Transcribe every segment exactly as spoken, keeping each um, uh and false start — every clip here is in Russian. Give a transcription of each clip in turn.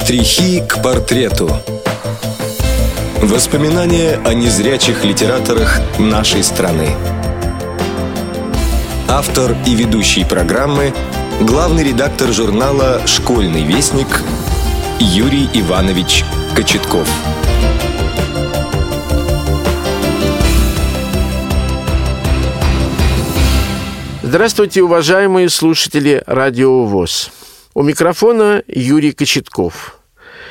Штрихи к портрету. Воспоминания о незрячих литераторах нашей страны. Автор и ведущий программы – главный редактор журнала «Школьный вестник» Юрий Иванович Кочетков. Здравствуйте, уважаемые слушатели Радио ВОС. У микрофона Юрий Кочетков.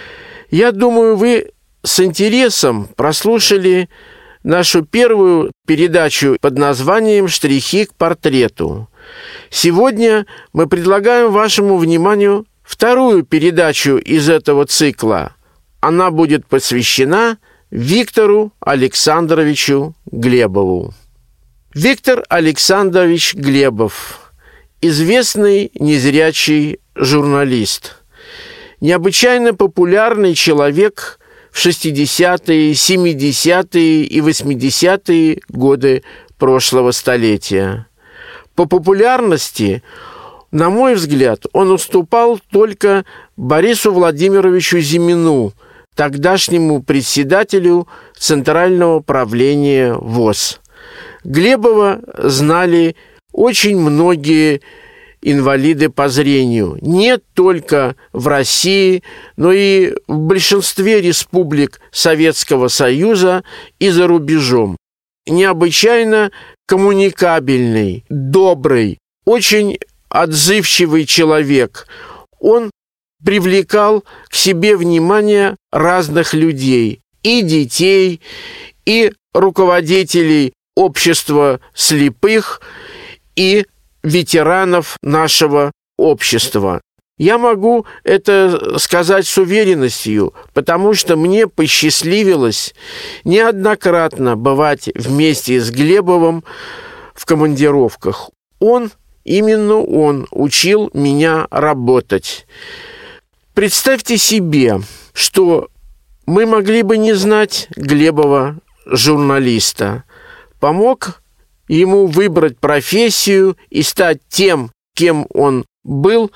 Я думаю, вы с интересом прослушали нашу первую передачу под названием «Штрихи к портрету». Сегодня мы предлагаем вашему вниманию вторую передачу из этого цикла. Она будет посвящена Виктору Александровичу Глебову. Виктор Александрович Глебов – известный незрячий журналист, необычайно популярный человек в шестидесятые, семидесятые и восьмидесятые годы прошлого столетия. По популярности, на мой взгляд, он уступал только Борису Владимировичу Зимину, тогдашнему председателю Центрального правления ВОС. Глебова знали очень многие инвалиды по зрению. Не только в России, но и в большинстве республик Советского Союза и за рубежом. Необычайно коммуникабельный, добрый, очень отзывчивый человек. Он привлекал к себе внимание разных людей, и детей, и руководителей общества слепых, и ветеранов нашего общества. Я могу это сказать с уверенностью, потому что мне посчастливилось неоднократно бывать вместе с Глебовым в командировках. Он, именно он, учил меня работать. Представьте себе, что мы могли бы не знать Глебова, журналиста. Помог ему выбрать профессию и стать тем, кем он был,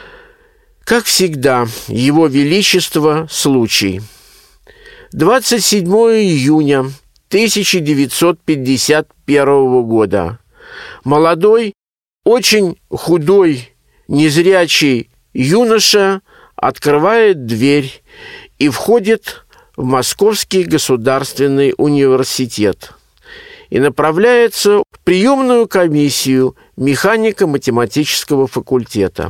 как всегда, его величество случай. двадцать седьмого июня тысяча девятьсот пятьдесят первого года. Молодой, очень худой, незрячий юноша открывает дверь и входит в Московский государственный университет и направляется в приемную комиссию механико-математического факультета.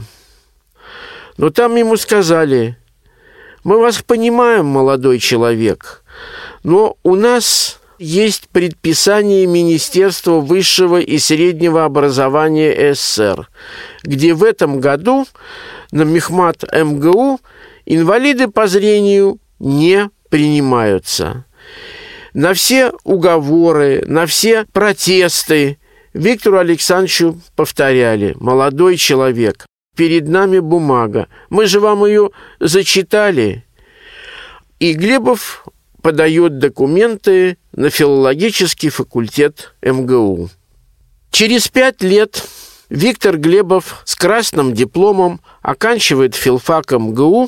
Но там ему сказали: «Мы вас понимаем, молодой человек, но у нас есть предписание Министерства высшего и среднего образования СССР, где в этом году на мехмат эм гэ у инвалиды по зрению не принимаются». На все уговоры, на все протесты Виктору Александровичу повторяли: «Молодой человек, перед нами бумага, мы же вам ее зачитали». И Глебов подает документы на филологический факультет эм гэ у. Через пять лет Виктор Глебов с красным дипломом оканчивает филфак эм гэ у,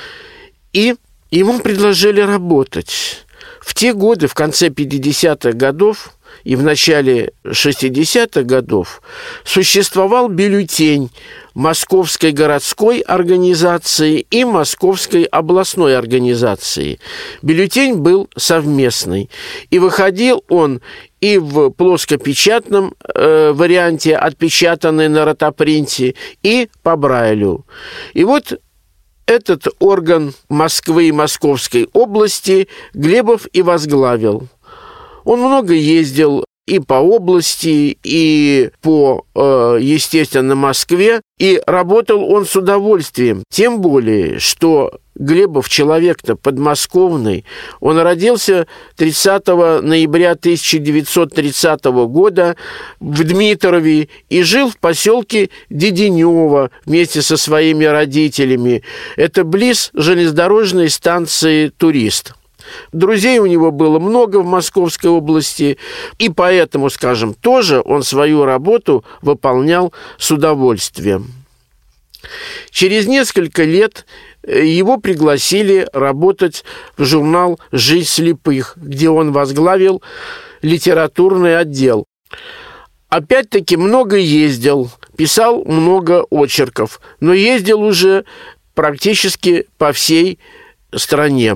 и ему предложили работать. В те годы, в конце пятидесятых годов и в начале шестидесятых годов, существовал бюллетень Московской городской организации и Московской областной организации. Бюллетень был совместный, и выходил он и в плоскопечатном э, варианте, отпечатанный на ротопринте, и по Брайлю. И вот этот орган Москвы и Московской области Глебов и возглавил. Он много ездил и по области, и по, естественно, Москве, и работал он с удовольствием. Тем более, что Глебов человек-то подмосковный. Он родился тридцатого ноября тысяча девятьсот тридцатого года в Дмитрове и жил в поселке Деденево вместе со своими родителями. Это близ железнодорожной станции «Турист». Друзей у него было много в Московской области, и поэтому, скажем, тоже он свою работу выполнял с удовольствием. Через несколько лет его пригласили работать в журнал «Жизнь слепых», где он возглавил литературный отдел. Опять-таки много ездил, писал много очерков, но ездил уже практически по всей стране.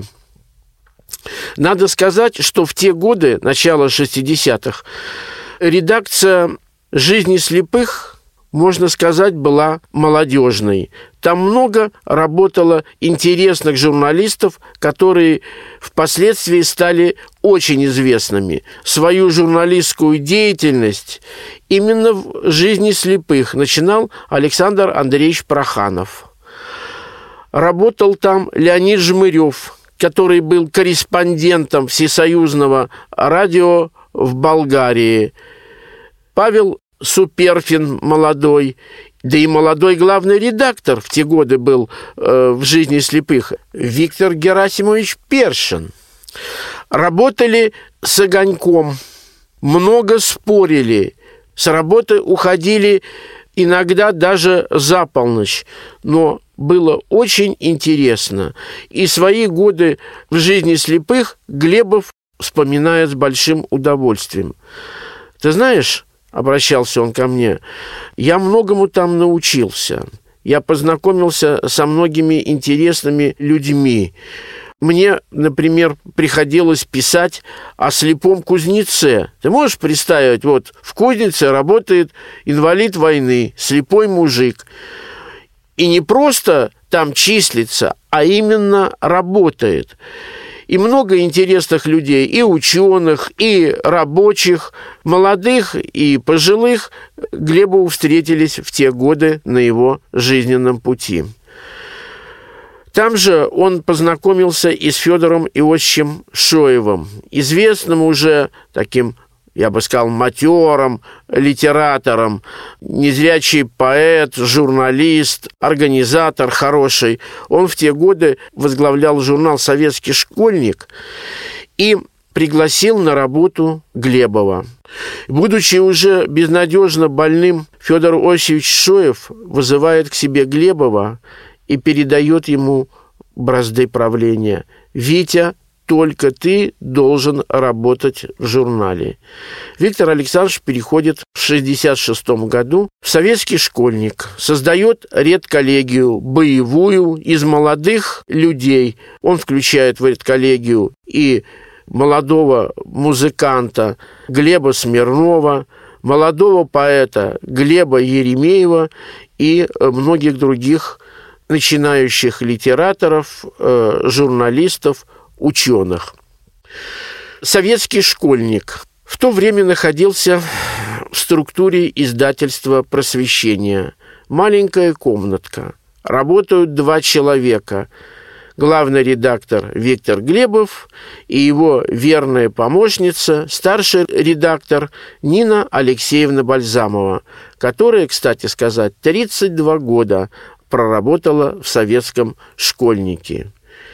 Надо сказать, что в те годы, начало шестидесятых, редакция «Жизни слепых», можно сказать, была молодежной. Там много работало интересных журналистов, которые впоследствии стали очень известными. Свою журналистскую деятельность именно в «Жизни слепых» начинал Александр Андреевич Проханов. Работал там Леонид Жмырев, который был корреспондентом Всесоюзного радио в Болгарии. Павел Суперфин молодой, да и молодой главный редактор в те годы был э, в «Жизни слепых» Виктор Герасимович Першин. Работали с огоньком, много спорили, с работы уходили иногда даже за полночь, но было очень интересно. И свои годы в «Жизни слепых» Глебов вспоминает с большим удовольствием. Ты знаешь, обращался он ко мне, я многому там научился. Я познакомился со многими интересными людьми. Мне, например, приходилось писать о слепом кузнеце. Ты можешь представить, вот в кузнице работает инвалид войны, слепой мужик. И не просто там числится, а именно работает. И много интересных людей, и ученых, и рабочих, молодых и пожилых Глебову встретились в те годы на его жизненном пути. Там же он познакомился и с Федором Иосифовичем Шоевым, известным уже таким, я бы сказал, матером, литератором, незрячий поэт, журналист, организатор хороший. Он в те годы возглавлял журнал «Советский школьник» и пригласил на работу Глебова. Будучи уже безнадежно больным, Федор Иосифович Шоев вызывает к себе Глебова и передает ему бразды правления. «Витя, только ты должен работать в журнале». Виктор Александрович переходит в шестьдесят шестом году в «Советский школьник», создает редколлегию боевую из молодых людей. Он включает в редколлегию и молодого музыканта Глеба Смирнова, молодого поэта Глеба Еремеева и многих других начинающих литераторов, э, журналистов, ученых. «Советский школьник» в то время находился в структуре издательства «Просвещение». Маленькая комнатка. Работают два человека. Главный редактор Виктор Глебов и его верная помощница, старший редактор Нина Алексеевна Бальзамова, которая, кстати сказать, тридцать два года проработала в «Советском школьнике».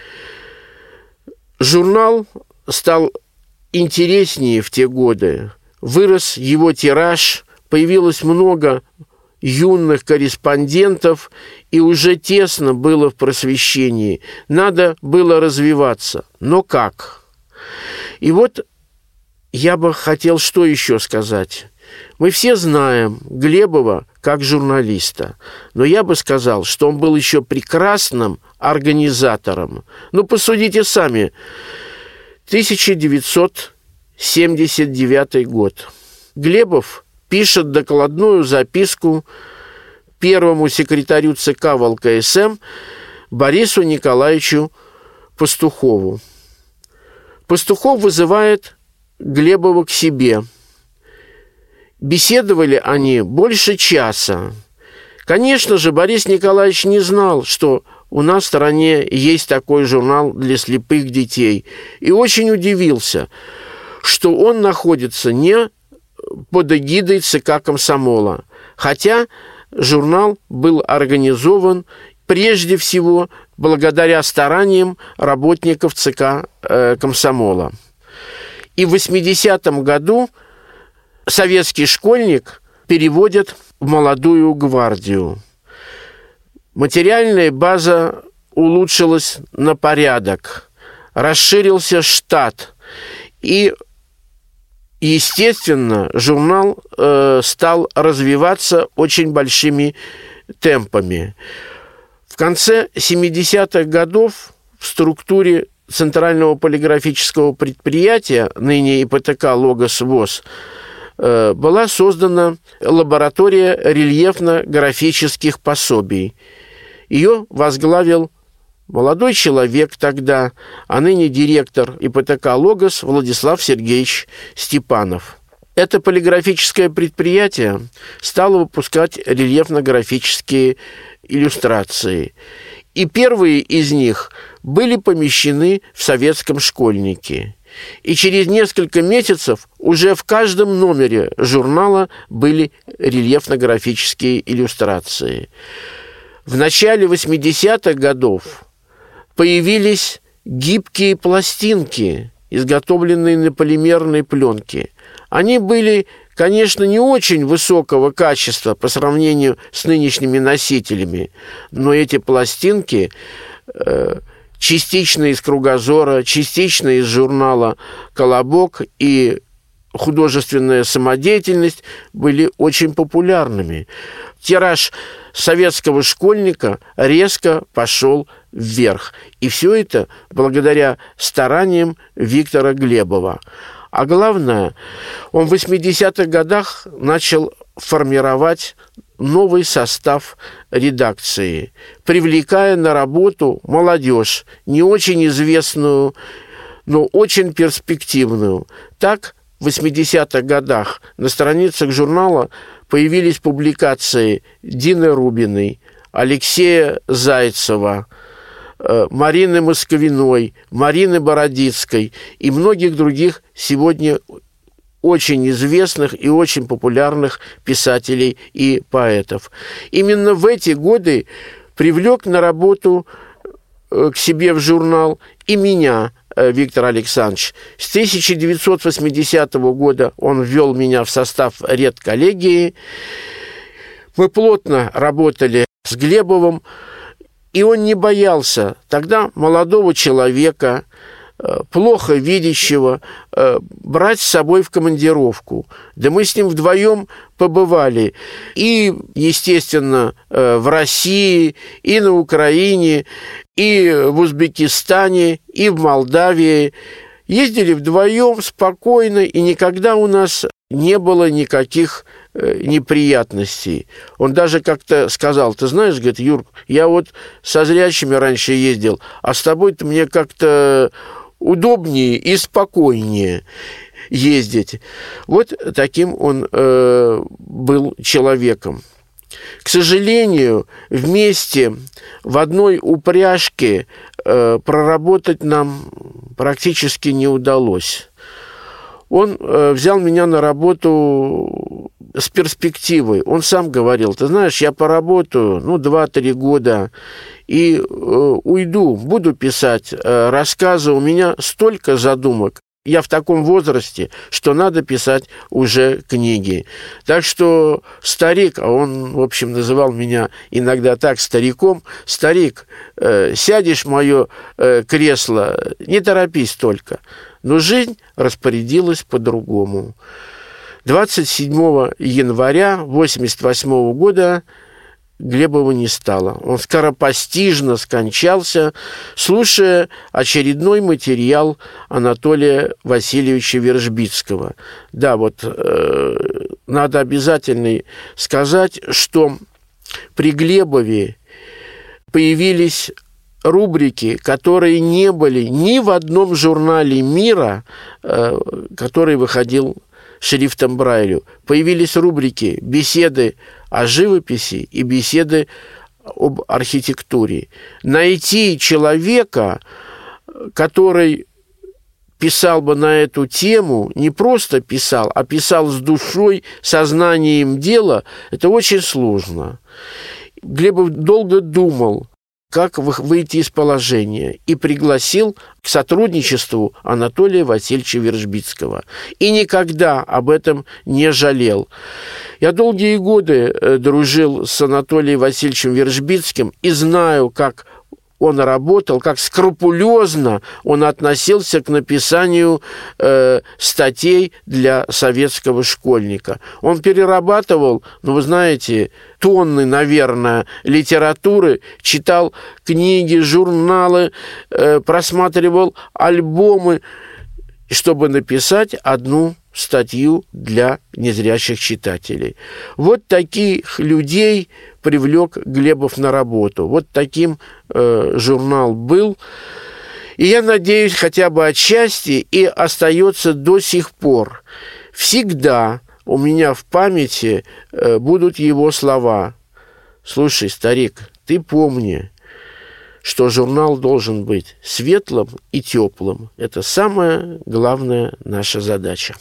Журнал стал интереснее в те годы. Вырос его тираж, появилось много юных корреспондентов, и уже тесно было в просвещении. Надо было развиваться. Но как? И вот я бы хотел что еще сказать. Мы все знаем Глебова как журналиста, но я бы сказал, что он был еще прекрасным организатором. Ну, посудите сами. тысяча девятьсот семьдесят девятый год. Глебов пишет докладную записку первому секретарю ЦК ВЛКСМ Борису Николаевичу Пастухову. Пастухов вызывает Глебова к себе. Беседовали они больше часа. Конечно же, Борис Николаевич не знал, что у нас в стране есть такой журнал для слепых детей. И очень удивился, что он находится не под эгидой ЦК комсомола. Хотя журнал был организован прежде всего благодаря стараниям работников ЦК э, комсомола. И в восьмидесятом году «Советский школьник» переводят в «Молодую гвардию». Материальная база улучшилось на порядок, расширился штат, и, естественно, журнал э, стал развиваться очень большими темпами. В конце семидесятых годов в структуре Центрального полиграфического предприятия, ныне ИПТК «Логос ВОЗ», была создана лаборатория рельефно-графических пособий. Ее возглавил молодой человек тогда, а ныне директор ИПТК «Логос» Владислав Сергеевич Степанов. Это полиграфическое предприятие стало выпускать рельефно-графические иллюстрации. И первые из них были помещены в советском школьнике. И через несколько месяцев уже в каждом номере журнала были рельефно-графические иллюстрации. В начале восьмидесятых годов появились гибкие пластинки, изготовленные на полимерной пленке. Они были, конечно, не очень высокого качества по сравнению с нынешними носителями, но эти пластинки э, частично из «Кругозора», частично из журнала «Колобок» и «Художественная самодеятельность» были очень популярными. Тираж советского школьника резко пошел вверх. И все это благодаря стараниям Виктора Глебова. А главное, он в восьмидесятых годах начал формировать новый состав редакции, привлекая на работу молодежь, не очень известную, но очень перспективную. Так, в восьмидесятых годах на страницах журнала появились публикации Дины Рубиной, Алексея Зайцева, Марины Московиной, Марины Бородицкой и многих других сегодня очень известных и очень популярных писателей и поэтов. Именно в эти годы привлек на работу к себе в журнал и меня, Виктор Александрович. С тысяча девятьсот восьмидесятого года он ввел меня в состав редколлегии. Мы плотно работали с Глебовым, и он не боялся тогда молодого человека, плохо видящего, брать с собой в командировку. Да мы с ним вдвоем побывали и, естественно, в России, и на Украине, и в Узбекистане, и в Молдавии. Ездили вдвоем спокойно, и никогда у нас не было никаких неприятностей. Он даже как-то сказал: ты знаешь, говорит, Юр, я вот со зрячими раньше ездил, а с тобой-то мне как-то удобнее и спокойнее ездить. Вот таким он э, был человеком. К сожалению, вместе в одной упряжке э, проработать нам практически не удалось. Он э, взял меня на работу с перспективой. Он сам говорил: ты знаешь, я поработаю, ну, два-три года и э, уйду, буду писать э, рассказы, у меня столько задумок. Я в таком возрасте, что надо писать уже книги. Так что старик, а он, в общем, называл меня иногда так, стариком, старик, э, сядешь в мое э, кресло, не торопись только. Но жизнь распорядилась по-другому. двадцать седьмого января восемьдесят восьмого года Глебова не стало. Он скоропостижно скончался, слушая очередной материал Анатолия Васильевича Вержбицкого. Да, вот э, надо обязательно сказать, что при Глебове появились рубрики, которые не были ни в одном журнале мира, э, который выходил шрифтом Брайлю. Появились рубрики «Беседы о живописи» и «Беседы об архитектуре». Найти человека, который писал бы на эту тему, не просто писал, а писал с душой, сознанием дела, это очень сложно. Глебов долго думал, как выйти из положения, и пригласил к сотрудничеству Анатолия Васильевича Вержбицкого. И никогда об этом не жалел. Я долгие годы дружил с Анатолием Васильевичем Вержбицким и знаю, как он работал, как скрупулезно он относился к написанию э, статей для советского школьника. Он перерабатывал, ну, вы знаете, тонны, наверное, литературы, читал книги, журналы, э, просматривал альбомы, чтобы написать одну статью для незрячих читателей. Вот таких людей привлек Глебов на работу. Вот таким э, журнал был. И я надеюсь, хотя бы отчасти и остается до сих пор. Всегда у меня в памяти э, будут его слова. «Слушай, старик, ты помни, что журнал должен быть светлым и теплым. Это самая главная наша задача».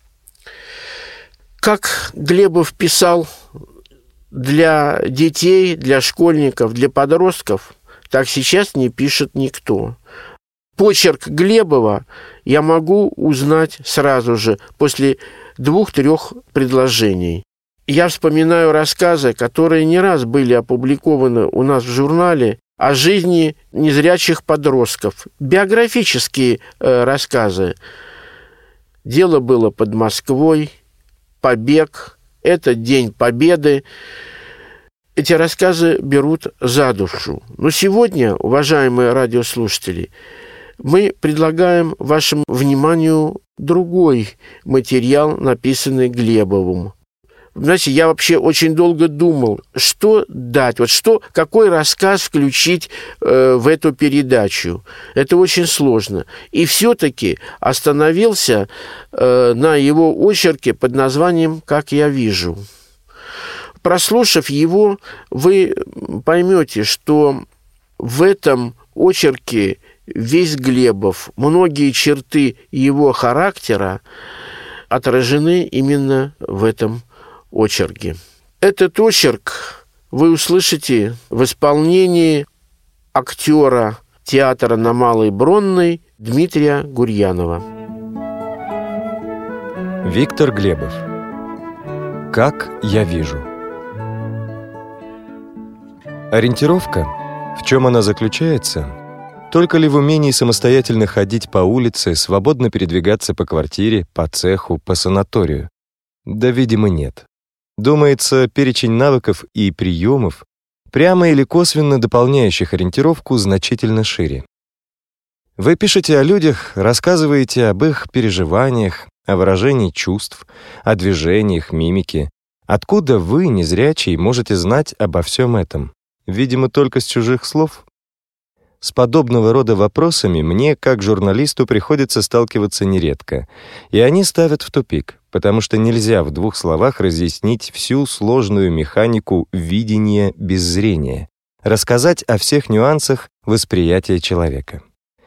Как Глебов писал для детей, для школьников, для подростков, так сейчас не пишет никто. Почерк Глебова я могу узнать сразу же, после двух-трех предложений. Я вспоминаю рассказы, которые не раз были опубликованы у нас в журнале, о жизни незрячих подростков. Биографические э, рассказы. «Дело было под Москвой», «Побег», «Этот день Победы». Эти рассказы берут за душу. Но сегодня, уважаемые радиослушатели, мы предлагаем вашему вниманию другой материал, написанный Глебовым. Знаете, я вообще очень долго думал, что дать, вот что, какой рассказ включить э, в эту передачу. Это очень сложно. И все-таки остановился э, на его очерке под названием «Как я вижу». Прослушав его, вы поймете, что в этом очерке весь Глебов, многие черты его характера отражены именно в этом очерке. Этот очерк вы услышите в исполнении актера театра на Малой Бронной Дмитрия Гурьянова. Виктор Глебов. «Как я вижу». Ориентировка, в чем она заключается? Только ли в умении самостоятельно ходить по улице, свободно передвигаться по квартире, по цеху, по санаторию? Да, видимо, нет. Думается, перечень навыков и приемов, прямо или косвенно дополняющих ориентировку, значительно шире. Вы пишете о людях, рассказываете об их переживаниях, о выражении чувств, о движениях, мимике. Откуда вы, незрячий, можете знать обо всем этом? Видимо, только с чужих слов. С подобного рода вопросами мне, как журналисту, приходится сталкиваться нередко, и они ставят в тупик, потому что нельзя в двух словах разъяснить всю сложную механику видения без зрения, рассказать о всех нюансах восприятия человека.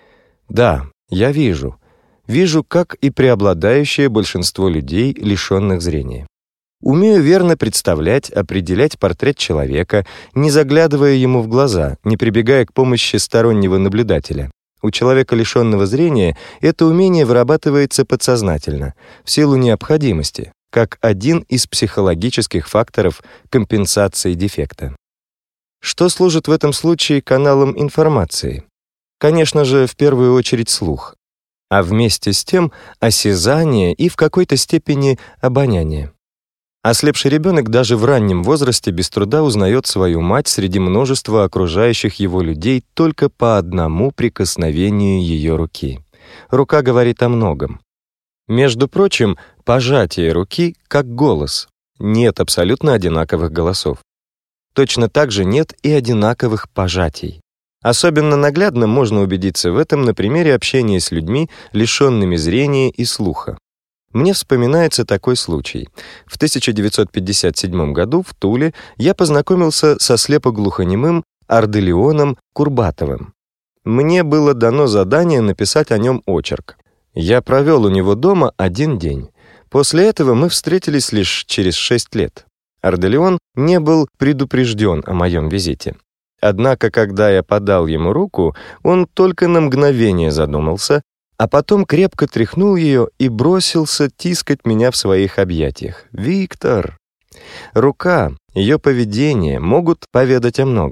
Да, я вижу. Вижу, как и преобладающее большинство людей, лишенных зрения. Умею верно представлять, определять портрет человека, не заглядывая ему в глаза, не прибегая к помощи стороннего наблюдателя. У человека, лишенного зрения, это умение вырабатывается подсознательно, в силу необходимости, как один из психологических факторов компенсации дефекта. Что служит в этом случае каналом информации? Конечно же, в первую очередь слух, а вместе с тем осязание и в какой-то степени обоняние. Ослепший ребенок даже в раннем возрасте без труда узнает свою мать среди множества окружающих его людей только по одному прикосновению ее руки. Рука говорит о многом. Между прочим, пожатие руки как голос. Нет абсолютно одинаковых голосов. Точно так же нет и одинаковых пожатий. Особенно наглядно можно убедиться в этом на примере общения с людьми, лишенными зрения и слуха. Мне вспоминается такой случай. В тысяча девятьсот пятьдесят седьмом году в Туле я познакомился со слепоглухонемым Арделионом Курбатовым. Мне было дано задание написать о нем очерк. Я провел у него дома один день. После этого мы встретились лишь через шесть лет. Арделион не был предупрежден о моем визите. Однако, когда я подал ему руку, он только на мгновение задумался, а потом крепко тряхнул ее и бросился тискать меня в своих объятиях. «Виктор!» Рука, ее поведение могут поведать о многом.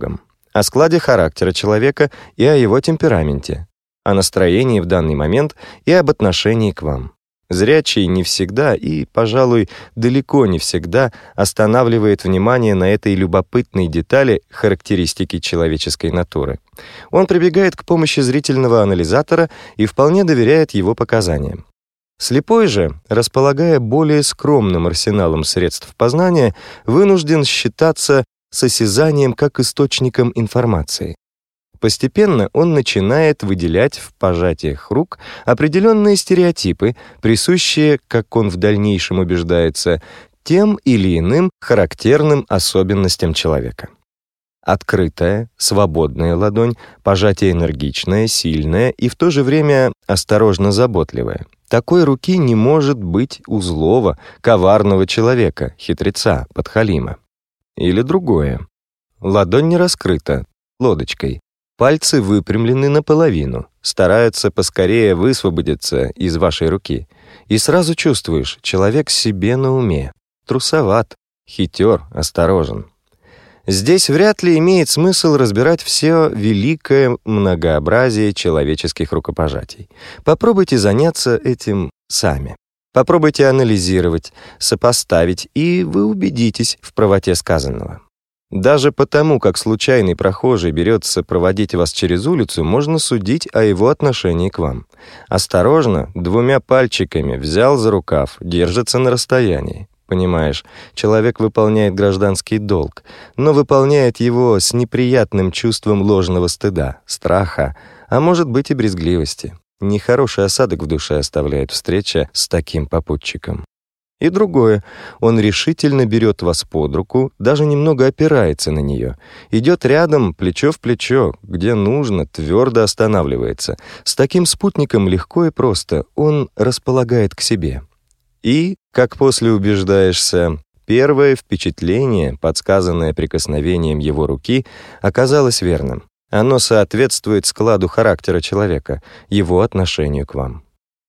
о складе характера человека и о его темпераменте, о настроении в данный момент и об отношении к вам. Зрячий не всегда и, пожалуй, далеко не всегда останавливает внимание на этой любопытной детали характеристики человеческой натуры. Он прибегает к помощи зрительного анализатора и вполне доверяет его показаниям. Слепой же, располагая более скромным арсеналом средств познания, вынужден считаться с осязанием как источником информации. Постепенно он начинает выделять в пожатиях рук определенные стереотипы, присущие, как он в дальнейшем убеждается, тем или иным характерным особенностям человека. Открытая, свободная ладонь, пожатие энергичное, сильное и в то же время осторожно заботливое. Такой руки не может быть у злого, коварного человека, хитреца, подхалима. Или другое. Ладонь не раскрыта, лодочкой. Пальцы выпрямлены наполовину, стараются поскорее высвободиться из вашей руки. И сразу чувствуешь, человек себе на уме, трусоват, хитер, осторожен. Здесь вряд ли имеет смысл разбирать все великое многообразие человеческих рукопожатий. Попробуйте заняться этим сами. Попробуйте анализировать, сопоставить, и вы убедитесь в правоте сказанного. Даже потому, как случайный прохожий берется проводить вас через улицу, можно судить о его отношении к вам. Осторожно, двумя пальчиками взял за рукав, держится на расстоянии. Понимаешь, человек выполняет гражданский долг, но выполняет его с неприятным чувством ложного стыда, страха, а может быть и брезгливости. Нехороший осадок в душе оставляет встреча с таким попутчиком. И другое. Он решительно берет вас под руку, даже немного опирается на нее. Идет рядом, плечо в плечо, где нужно, твердо останавливается. С таким спутником легко и просто. Он располагает к себе. И, как после убеждаешься, первое впечатление, подсказанное прикосновением его руки, оказалось верным. Оно соответствует складу характера человека, его отношению к вам.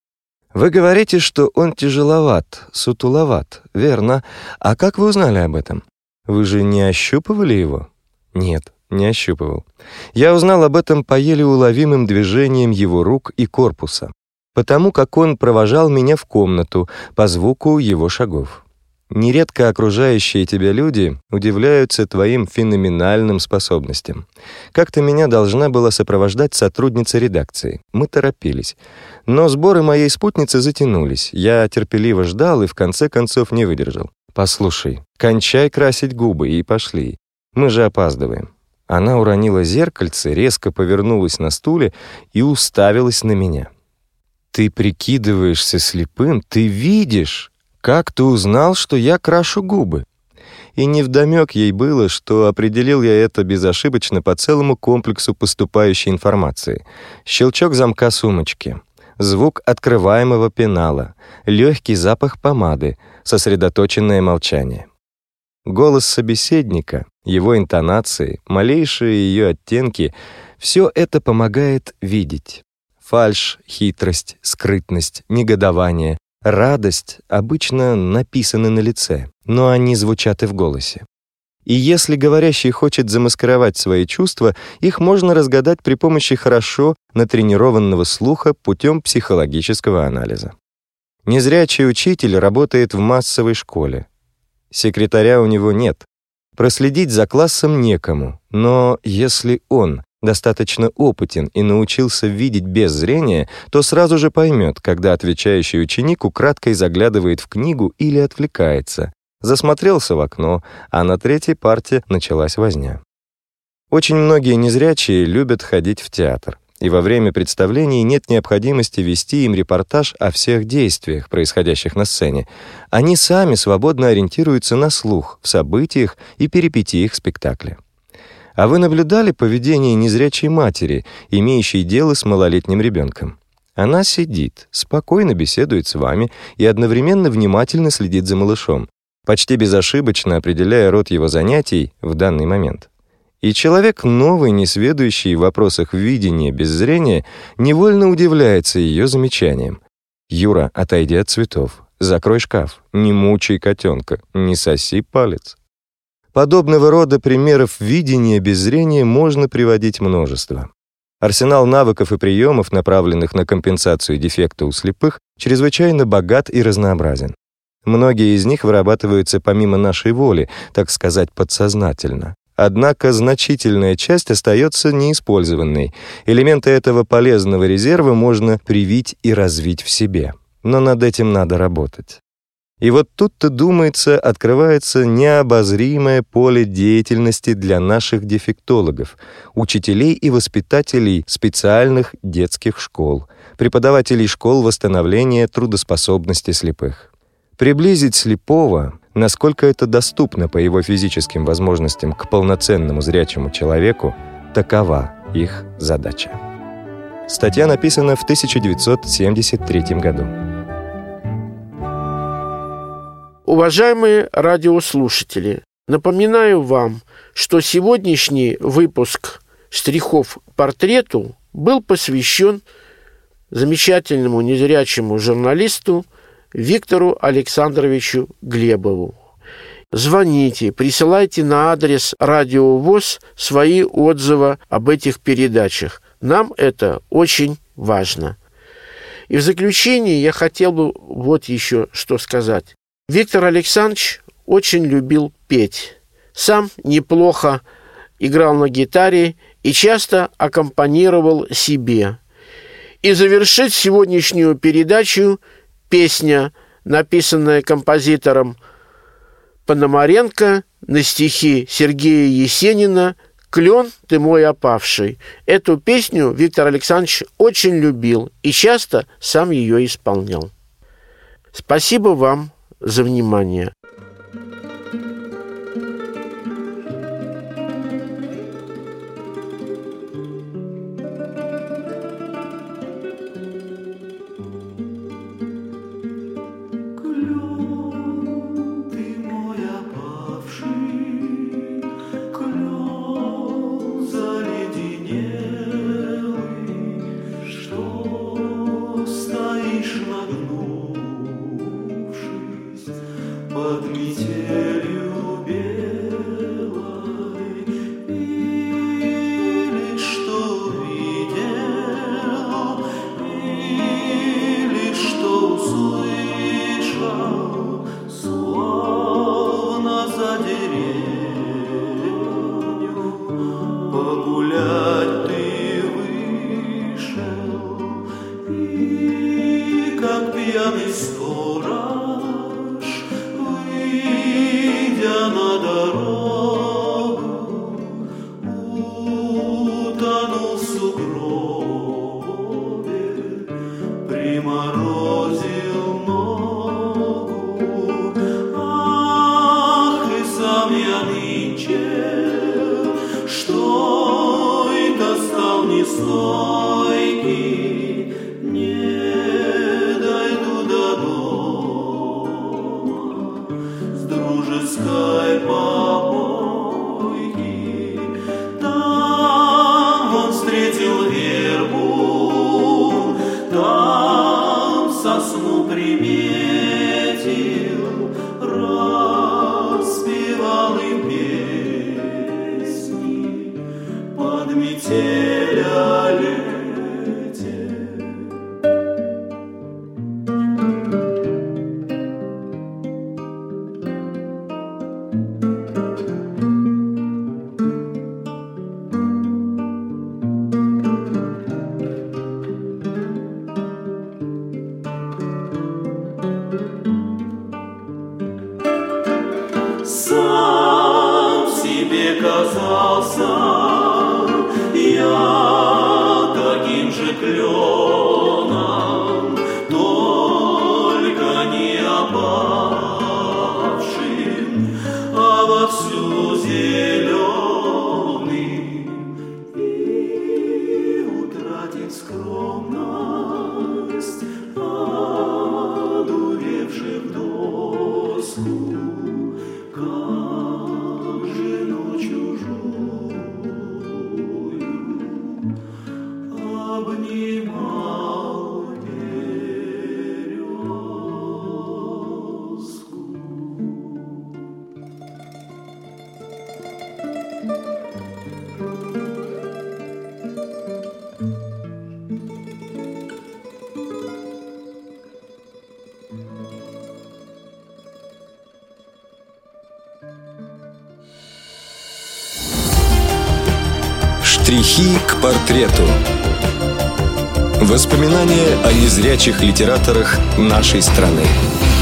Вы говорите, что он тяжеловат, сутуловат, верно? А как вы узнали об этом? Вы же не ощупывали его? Нет, не ощупывал. Я узнал об этом по еле уловимым движениям его рук и корпуса, потому как он провожал меня в комнату по звуку его шагов. Нередко окружающие тебя люди удивляются твоим феноменальным способностям. Как-то меня должна была сопровождать сотрудница редакции. Мы торопились. Но сборы моей спутницы затянулись. Я терпеливо ждал и в конце концов не выдержал. «Послушай, кончай красить губы и пошли. Мы же опаздываем». Она уронила зеркальце, резко повернулась на стуле и уставилась на меня. «Ты прикидываешься слепым? Ты видишь? Как ты узнал, что я крашу губы?» И невдомек ей было, что определил я это безошибочно по целому комплексу поступающей информации. Щелчок замка сумочки, звук открываемого пенала, легкий запах помады, сосредоточенное молчание. Голос собеседника, его интонации, малейшие ее оттенки — все это помогает видеть. Фальшь, хитрость, скрытность, негодование, радость обычно написаны на лице, но они звучат и в голосе. И если говорящий хочет замаскировать свои чувства, их можно разгадать при помощи хорошо натренированного слуха путем психологического анализа. Незрячий учитель работает в массовой школе. Секретаря у него нет. Проследить за классом некому, но если он достаточно опытен и научился видеть без зрения, то сразу же поймет, когда отвечающий ученик украдкой заглядывает в книгу или отвлекается, засмотрелся в окно, а на третьей парте началась возня. Очень многие незрячие любят ходить в театр, и во время представлений нет необходимости вести им репортаж о всех действиях, происходящих на сцене. Они сами свободно ориентируются на слух в событиях и перипетиях спектакля. А вы наблюдали поведение незрячей матери, имеющей дело с малолетним ребенком? Она сидит, спокойно беседует с вами и одновременно внимательно следит за малышом, почти безошибочно определяя род его занятий в данный момент. И человек, новый, несведущий в вопросах видения без зрения, невольно удивляется ее замечаниям. «Юра, отойди от цветов, закрой шкаф, не мучай котенка, не соси палец». Подобного рода примеров видения без зрения можно приводить множество. Арсенал навыков и приемов, направленных на компенсацию дефекта у слепых, чрезвычайно богат и разнообразен. Многие из них вырабатываются помимо нашей воли, так сказать, подсознательно. Однако значительная часть остается неиспользованной. Элементы этого полезного резерва можно привить и развить в себе. Но над этим надо работать. И вот тут-то, думается, открывается необозримое поле деятельности для наших дефектологов, учителей и воспитателей специальных детских школ, преподавателей школ восстановления трудоспособности слепых. Приблизить слепого, насколько это доступно по его физическим возможностям, к полноценному зрячему человеку, такова их задача. Статья написана в тысяча девятьсот семьдесят третьем году. Уважаемые радиослушатели, напоминаю вам, что сегодняшний выпуск «Штрихов к портрету» был посвящен замечательному незрячему журналисту Виктору Александровичу Глебову. Звоните, присылайте на адрес Радио ВОС свои отзывы об этих передачах. Нам это очень важно. И в заключение я хотел бы вот еще что сказать. Виктор Александрович очень любил петь. Сам неплохо играл на гитаре и часто аккомпанировал себе. И завершить сегодняшнюю передачу песня, написанная композитором Пономаренко на стихи Сергея Есенина «Клен ты мой опавший». Эту песню Виктор Александрович очень любил и часто сам ее исполнял. Спасибо вам за внимание. Под метелью белой, или что видел, или что услышал, словно за деревню погулять ты вышел, и как пьяный сторож, выйдя на дорогу, утонул в сугробе, приморозил ногу. Ах, и сам я нынче, что это стал нестойкий, не дойду до дома с дружеской попойки. Там он встретил вербу, там сосну приметил, распевал им песни под метель о лете. Сам себе казался я таким же кленом, только не опавшим, а вовсю зеленым, и утратив скромность, одуревший в доску, как жену чужую обнимал Штрихи к портрету. Воспоминания о незрячих литераторах нашей страны.